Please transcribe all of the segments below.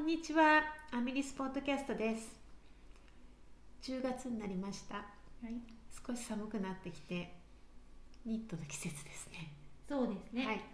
んにちは、アミリスポッドキャストです。10月になりました、少し寒くなってきてニットの季節ですね。 そうですね、 はい。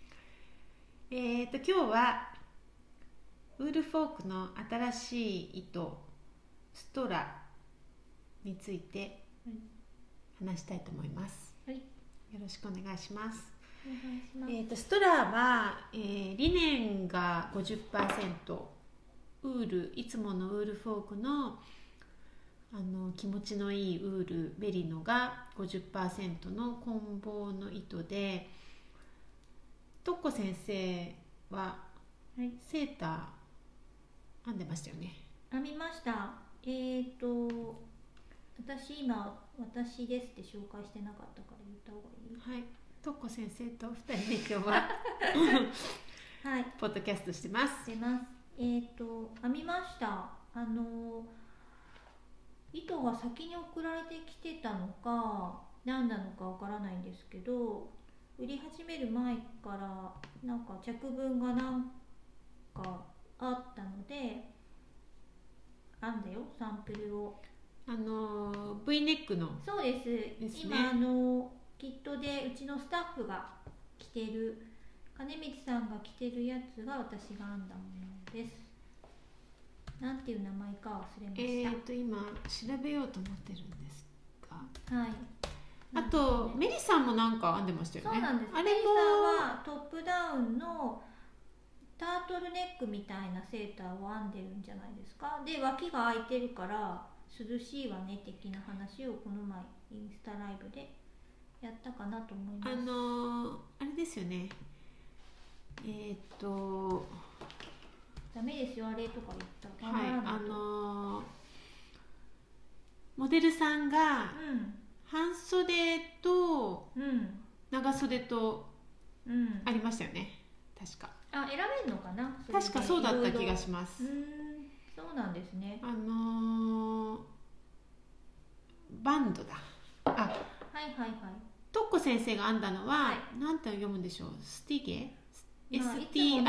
今日はウールフォークの新しい糸ストラについて話したいと思います、 はい、 よろしくお願いします。 お願いします。 ストラは、リネンが 50%、 ウール、いつものウールフォークの、気持ちのいいウールメリノが 50% の混紡の糸で、トッコ先生はセーター編んでましたよね。 編みました。私今私ですって紹介してなかったから言った方がいい？ はい、トッコ先生と2人で今日ははい、 ポッドキャストしてます。 編みました。糸が先に送られてきてたのか何なのかわからないんですけど、売り始める前からなんか着分がなんかあったので編んだよ、サンプルを。 V ネックの。 そうです。 ですね。 今キットでうちのスタッフが着てる、金光さんが着てるやつが私が編んだものです。なんていう名前か忘れました。 今調べようと思ってるんですが、 はい。 あと、メリさんもなんか編んでましたよね。 そうなんです。 あれもメリさんはトップダウンのタートルネックみたいなセーターを編んでるんじゃないですか。で、脇が開いてるから涼しいわね的な話をこの前インスタライブでやったかなと思います。 あれですよね。 ダメですよあれとか言ったら。 はい、モデルさんが半袖と長袖とありましたよね、確か。 選べるのかな。 確かそうだった気がします。 そうなんですね。 バンドだ。 はいはいはい。 トッコ先生が編んだのは、なんて読むんでしょう。スティゲ、STIGE。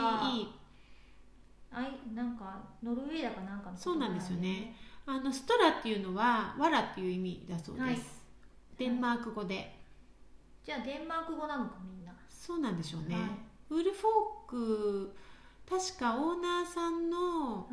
なんかノルウェーだかなんかの、 そうなんですよね。ストラっていうのは藁っていう意味だそうです、デンマーク語で。 じゃあデンマーク語なのかみんな。 そうなんでしょうね、ウールフォーク、確かオーナーさんの、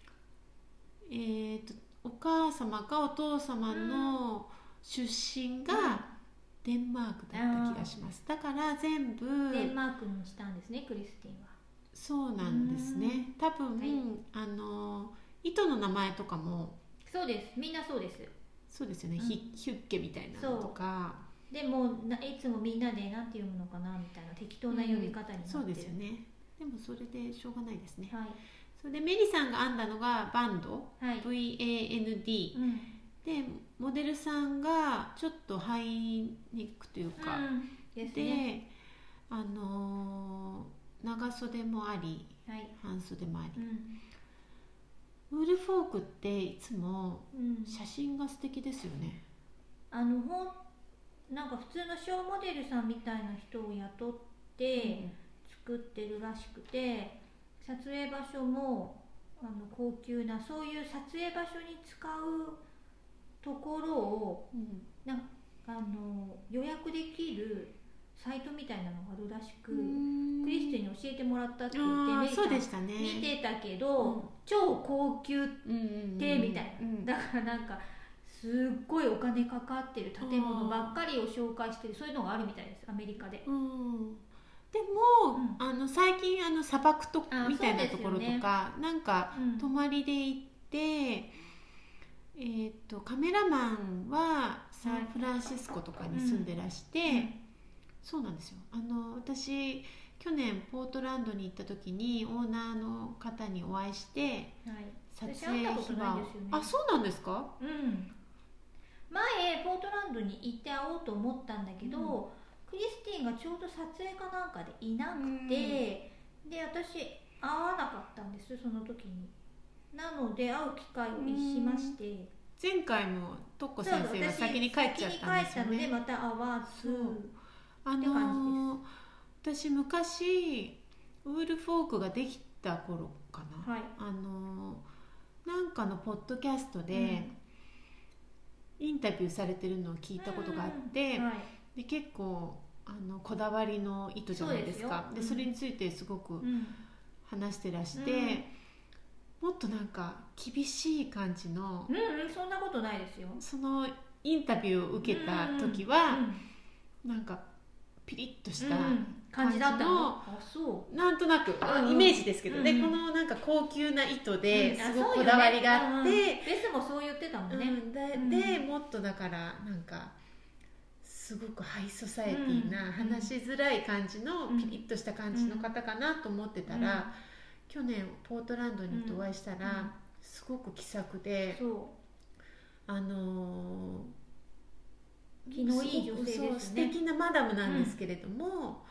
お母様かお父様の出身がデンマークだった気がします。だから全部デンマークにしたんですね、クリスティンは。 そうなんですね。多分、糸の名前とかもそうです。みんなそうです。 そうですよね、ヒュッケみたいなのとか。 でもいつもみんなで何て読むのかなみたいな適当な読み方になってる、 そうですよね。でもそれでしょうがないですね。それでメリさんが編んだのがバンド、VAND、でモデルさんがちょっとハイネックというか、で長袖もあり、半袖もあり、ウールフォークっていつも写真が素敵ですよね。 なんか普通のショーモデルさんみたいな人を雇って作ってるらしくて、撮影場所も高級なそういう撮影場所に使うところを、予約できるサイトみたいなのがあるらしく、クリスティに教えてもらったって言って、 そうでしたね、 見てたけど、超高級ってみたいな、だからなんかすっごいお金かかってる建物ばっかりを紹介してる、そういうのがあるみたいです、アメリカで。 でも、最近砂漠とみたいなところとか、なんか泊まりで行って、カメラマンはサンフランシスコとかに住んでらして、そうなんですよ。私去年ポートランドに行った時にオーナーの方にお会いして、撮影秘話を。そうなんですか。 前ポートランドに行って会おうと思ったんだけど、クリスティンがちょうど撮影かなんかでいなくて、で私会わなかったんです、その時に。なので会う機会を逸しまして、 前回もトッコ先生が先に帰っちゃったんですよね。 先に帰ったのでまた会わずって感じです。 私昔ウールフォークができた頃かな、 はい、 なんかのポッドキャストでインタビューされてるのを聞いたことがあって、 はい、 で結構こだわりの糸じゃないですか。でそれについてすごく話してらして、もっとなんか厳しい感じの、 そんなことないですよ。 そのインタビューを受けた時は、なんかピリッとした感じの、なんとなくイメージですけどね、このなんか高級な糸ですごくこだわりがあって、 ベスもそう言ってたもんね。 でもっとだからなんかすごくハイソサエティな、話しづらい感じのピリッとした感じの方かなと思ってたら、去年ポートランドに行ってお会いしたら、すごく気さくで、 気のいい女性ですね。 素敵なマダムなんですけれども、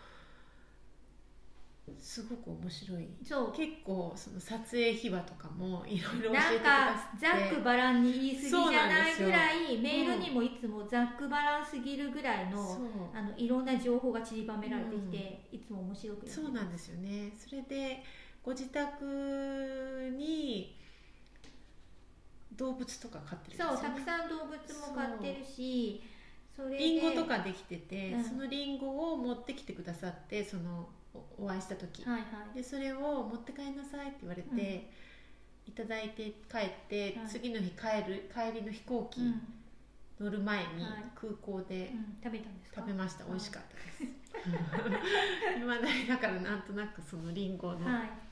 すごく面白い。結構その撮影秘話とかもいろいろ教えてくださって、 なんかざっくばらんに言い過ぎじゃないぐらい、メールにもいつもざっくばらんすぎるぐらいの、いろんな情報が散りばめられてきて、いつも面白くなってます。 そうなんですよね。それでご自宅に動物とか飼ってるんですよね。 たくさん動物も飼ってるし、それでリンゴとかできてて、そのリンゴを持ってきてくださって、そのお会いした時、でそれを持って帰りなさいって言われて、いただいて帰って、次の日帰りの飛行機乗る前に空港で食べたんですか？ 食べました。美味しかったです今だにだからなんとなくそのリンゴの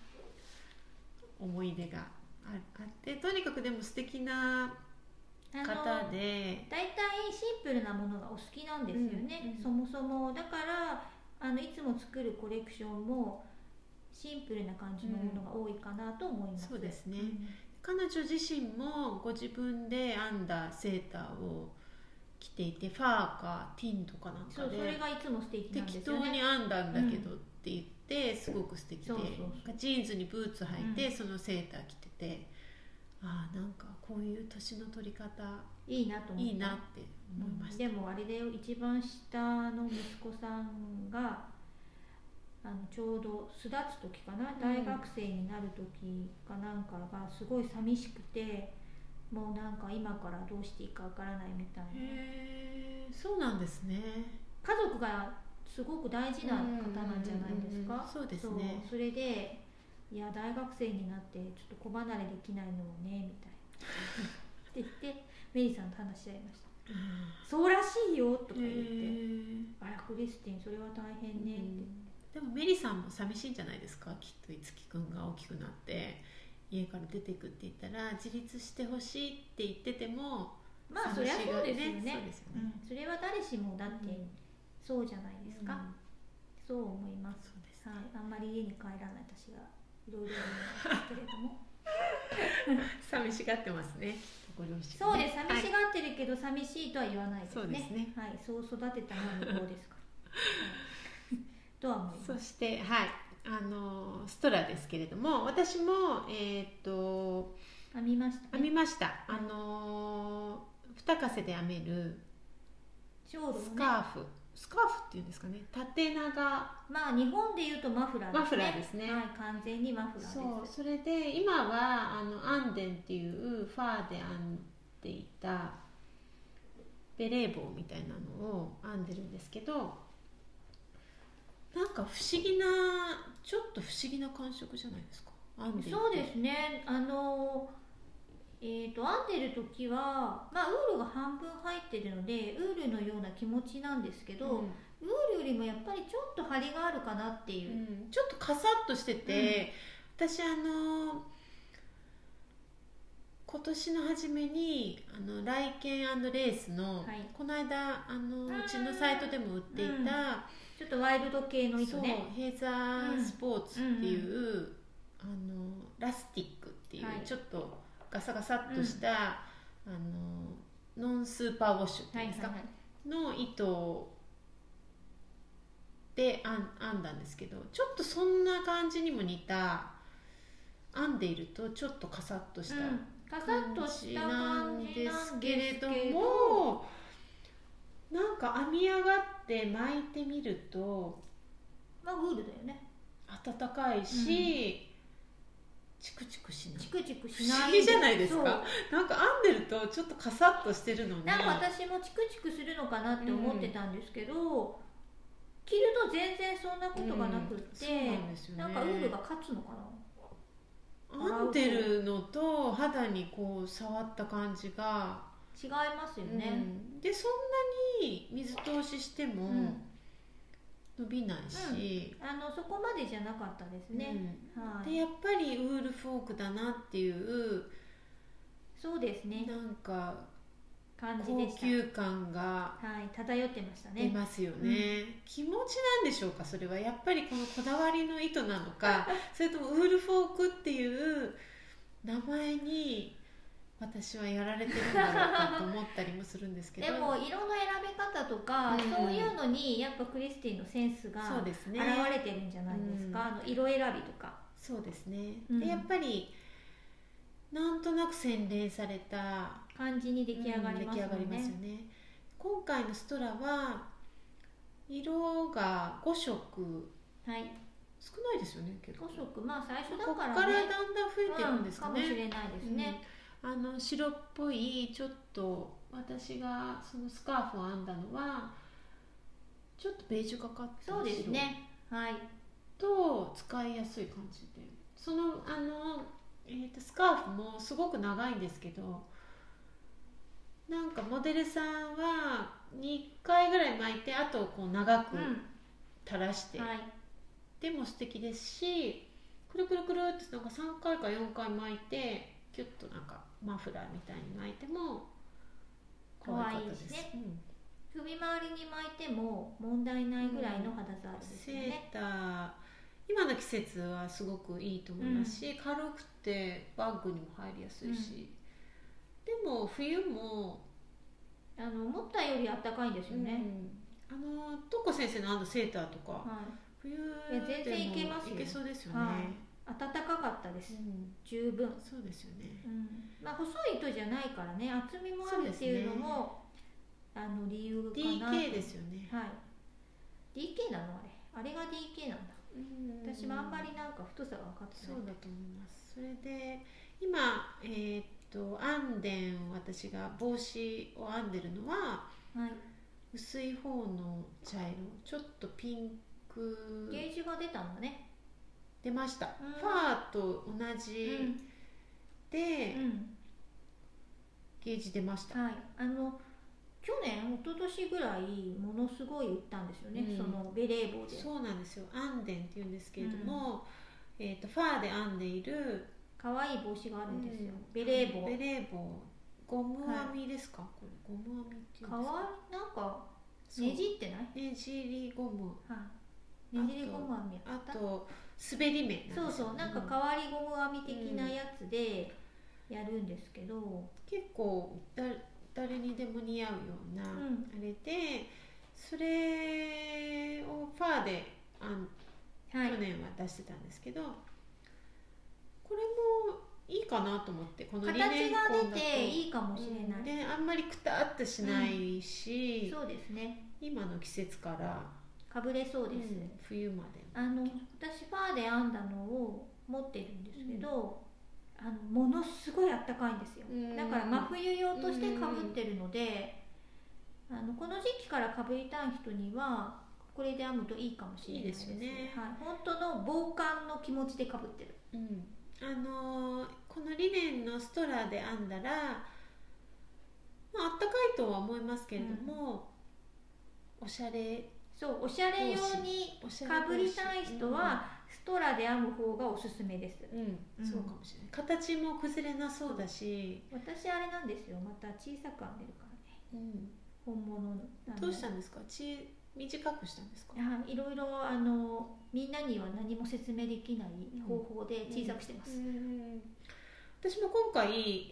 思い出があって、とにかくでも素敵な方で、 だいたいシンプルなものがお好きなんですよね、そもそも。だからいつも作るコレクションもシンプルな感じのものが多いかなと思います。 そうですね、彼女自身もご自分で編んだセーターを着ていて、ファーかティンとかなんかで、 それがいつも素敵なんですよね。 適当に編んだんだけどって言って、すごく素敵で、ジーンズにブーツ履いて、そのセーター着てて、なんかこういう年の取り方いいなと思った。 いいなって思いました。 でもあれで一番下の息子さんがちょうど巣立つ時かな、大学生になる時かなんかがすごい寂しくて、もうなんか今からどうしていいかわからないみたいな。 そうなんですね。 家族がすごく大事な方なんじゃないですか。 そうですね。 それでいや大学生になってちょっと子離れできないのもねみたいなって言ってメリーさんと話し合いました。そうらしいよとか言って、あらクリスティンそれは大変ねって。 でもメリーさんも寂しいんじゃないですか。きっといつきくんが大きくなって家から出てくって言ったら、自立してほしいって言ってても、 そりゃそうですよね。それは誰しもだってそうじゃないですか。そう思います。あんまり家に帰らない私がいろいろ言うんですけれども寂しがってますね、ご両親。 そうです、寂しがってるけど、寂しいとは言わないですね。 そうですね。 そう育てたのは向こうですから。とは思います。 そしてストラですけれども、私も編みました。二稼で編めるスカーフ。スカーフっていうんですかね、縦長、 日本でいうとマフラーですね。 マフラーですね。 完全にマフラーです。 それで今はアンデンっていうファーで編んでいたベレー帽みたいなのを編んでるんですけど、なんかちょっと不思議な感触じゃないですか、編んでいて。 そうですね。編んでる時は、ウールが半分入ってるのでウールのような気持ちなんですけど、ウールよりもやっぱりちょっと張りがあるかなっていう、 ちょっとカサッとしてて、私今年の初めにライケン&レースの、この間うちのサイトでも売っていた、 ちょっとワイルド系の糸ね、 ヘーザースポーツっていう、ラスティックっていう、ちょっとガサガサっとした、ノンスーパーウォッシュっていうんですか、の糸で編んだんですけど、ちょっとそんな感じにも似た、編んでいるとちょっとカサッとした感じなんですけれども、なんか編み上がって巻いてみるとウールだよね、 暖かいし、 チクチクしない。 チクチクしない。 不思議じゃないですか。なんか編んでるとちょっとカサッとしてるのに、 なんか私もチクチクするのかなって思ってたんですけど、着ると全然そんなことがなくって、なんかウールが勝つのかな。 編んでるのと肌にこう触った感じが違いますよね、 でそんなに水通ししても伸びないし、 そこまでじゃなかったですね、はい、 でやっぱりウールフォークだなっていう、 そうですね、 なんか感じでした。 高級感が漂ってましたね。 出ますよね、気持ちなんでしょうか。それはやっぱりこのこだわりの糸なのかそれともウールフォークっていう名前に私はやられてるんだろうかと思ったりもするんですけどでも色の選び方とか、そういうのにやっぱクリスティのセンスが現れてるんじゃないですか、色選びとか。 そうですね、でやっぱりなんとなく洗練された感じに出来上がりますよね。今回のストラは色が5色、少ないですよね。結構 5色、まあ最初だからね、 ここからだんだん増えてるんですかね、 かもしれないですね、 白っぽいちょっと、私がそのスカーフを編んだのはちょっとベージュがかったそうですね、 と使いやすい感じで、そのスカーフもすごく長いんですけど、なんかモデルさんは2回ぐらい巻いて、あとこう長く垂らして、でも素敵ですし、くるくるくるってなんか3回か4回巻いてキュッとなんかマフラーみたいに巻いても可愛かったです。 首周りに巻いても問題ないぐらいの肌触りですよね。 セーター、今の季節はすごくいいと思いますし、軽くてバッグにも入りやすいし、でも冬も思ったよりあったかいんですよね、 トコ先生のセーターとか、冬でも全然いけますよ。 いけそうですよね、 暖かかったです、十分。 そうですよね、 まあ細い糸じゃないからね、厚みもあるっていうのも理由かな。 DK ですよね。 DK なのあれが DK なんだ。私もあんまりなんか太さが分かってない。 そうだと思います。それで今編んでん、私が帽子を編んでるのは、薄い方の茶色、ちょっとピンク、 ゲージが出たんだね。 出ました、ファーと同じで、ゲージ出ました。 去年、一昨年ぐらいものすごい売ったんですよね、そのベレー帽で。 そうなんですよ、編んでんっていうんですけれども、ファーで編んでいる可愛い帽子があるんですよ、ベレー帽。 ベレー帽、ゴム編みですか、これゴム編みっていうんですか。 なんかねじってない？ ねじりゴム、 ねじりゴム編み、 あと滑り目なんですよ。なんか代わりゴム編み的なやつでやるんですけど、 結構誰にでも似合うような、あれで、それをファーで去年は出してたんですけど、これもいいかなと思って、このリネンコンだと形が出ていいかもしれない、 であんまりくたっとしないし、 そうですね、 今の季節からかぶれそうです、 冬まで。 私ファーで編んだのを持ってるんですけど、ものすごいあったかいんですよ。だから真冬用としてかぶってるので、この時期からかぶりたい人にはこれで編むといいかもしれないですね。本当の防寒の気持ちでかぶってる。 このリネンのストラで編んだら、あったかいとは思いますけれども、おしゃれ用にかぶりたい人はストラで編む方がおすすめです。 そうかもしれない。形も崩れなそうだし、 私あれなんですよ、また小さく編んでるからね、本物の。 どうしたんですか？短くしたんですか？ いろいろみんなには何も説明できない方法で小さくしてます。 私も今回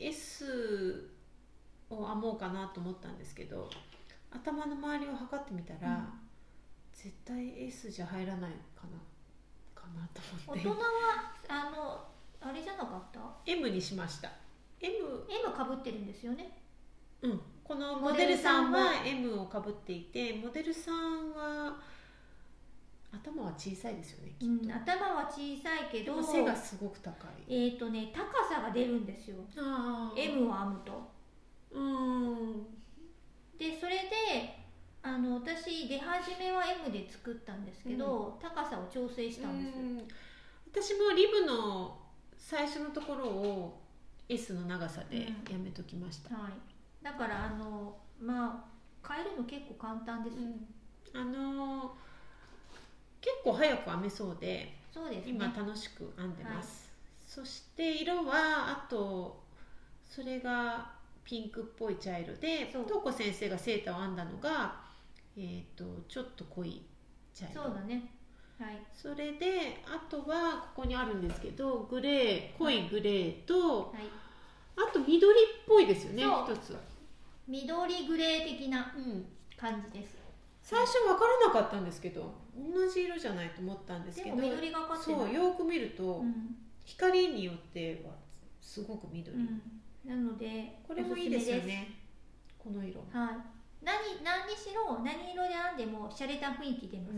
S を編もうかなと思ったんですけど、頭の周りを測ってみたら、絶対 S じゃ入らないかなと思って。 大人はあれじゃなかった？ M にしました。M かぶってるんですよね。 このモデルさんは M をかぶっていて、モデルさんは頭は小さいですよね、きっと。 頭は小さいけど背がすごく高い。 高さが出るんですよ。M を編むと。でそれで私出始めは M で作ったんですけど、高さを調整したんです。 私もリブの最初のところを S の長さでやめときました。 はい、だから変えるの結構簡単です。 結構早く編めそうで、 そうですね、 今楽しく編んでます。そして色はあとそれがピンクっぽい茶色で、東子先生がセーターを編んだのが、ちょっと濃い茶色。 そうだね。はい。 それであとはここにあるんですけど、グレー、濃いグレーと、あと緑っぽいですよね、一つ。 緑グレー的な感じです。 最初分からなかったんですけど、同じ色じゃないと思ったんですけど、 でも緑がかってない。 そう、よく見ると、光によってはすごく緑、 なのでこれもいいですよね、この色。 はい。何にしろ何色で編んでも洒落た雰囲気出ます。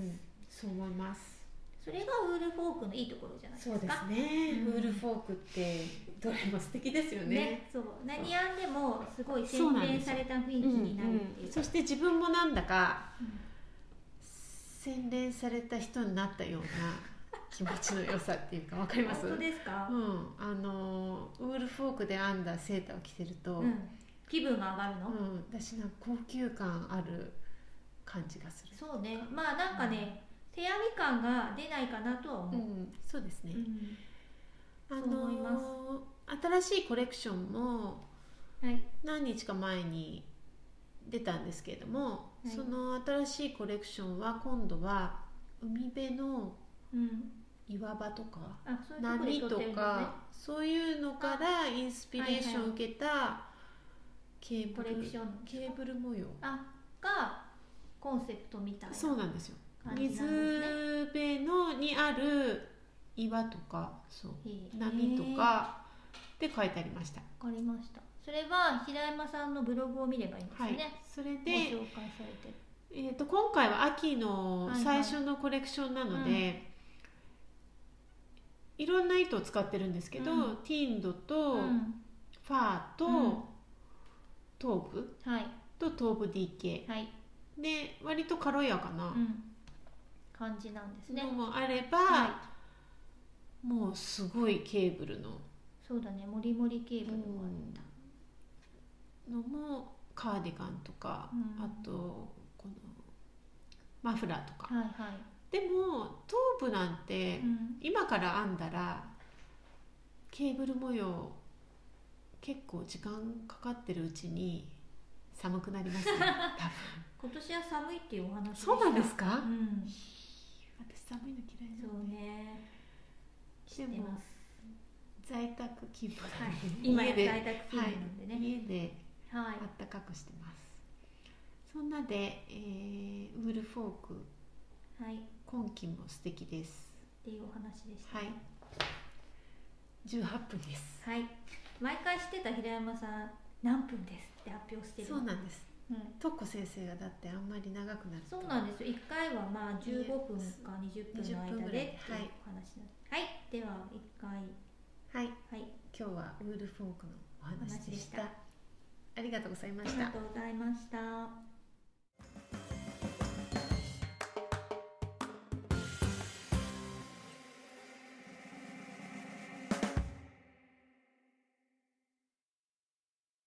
そう思います。 それがウールフォークのいいところじゃないですか。 そうですね、ウールフォークってどれも素敵ですよね。 そう、何編んでもすごい洗練された雰囲気になるっていう。 そして自分もなんだか、洗練された人になったような気持ちの良さっていうか、わかります？ 本当ですか？ ウールフォークで編んだセーターを着てると、 気分が上がるの？ 私なんか高級感ある感じがする。 そうね、なんかね、手編み感が出ないかなとは思う。 そうですね。 そう思います。 新しいコレクションも何日か前に出たんですけれども、その新しいコレクションは今度は海辺の岩場とか、波とか、そういうのからインスピレーションを受けたケーブル模様がコンセプトみたいな。 そうなんですよ。水辺にある岩とか、波とかで書いてありました。 わかりました。それは平山さんのブログを見ればいいんですね。 それでご紹介されてる。 今回は秋の最初のコレクションなので、いろんな糸を使ってるんですけど、ティンドとファーとトーブとトーブ DK で、割と軽やかな感じなんですね。 のもあれば、もうすごいケーブルの、 そうだね、モリモリケーブルもあったのも、カーディガンとか、あとこのマフラーとか、でもトーブなんて、今から編んだらケーブル模様結構時間かかってるうちに寒くなりますね、多分。 今年は寒いっていうお話でした。 そうなんですか？私寒いの嫌いなの。 そうね。知ってます。 在宅勤務なので、 今在宅勤務なんでね。 家であったかくしてます。そんなで、ウールフォーク、今季も素敵ですっていうお話でしたね。 18分です。 毎回してた平山さん何分ですって発表してる。 そうなんです。徳子先生がだってあんまり長くなると。 そうなんですよ。1回は15分か20分の間でっていうお話なんです。では1回。 今日はウールフォークのお話でした。ありがとうございました。 ありがとうございました。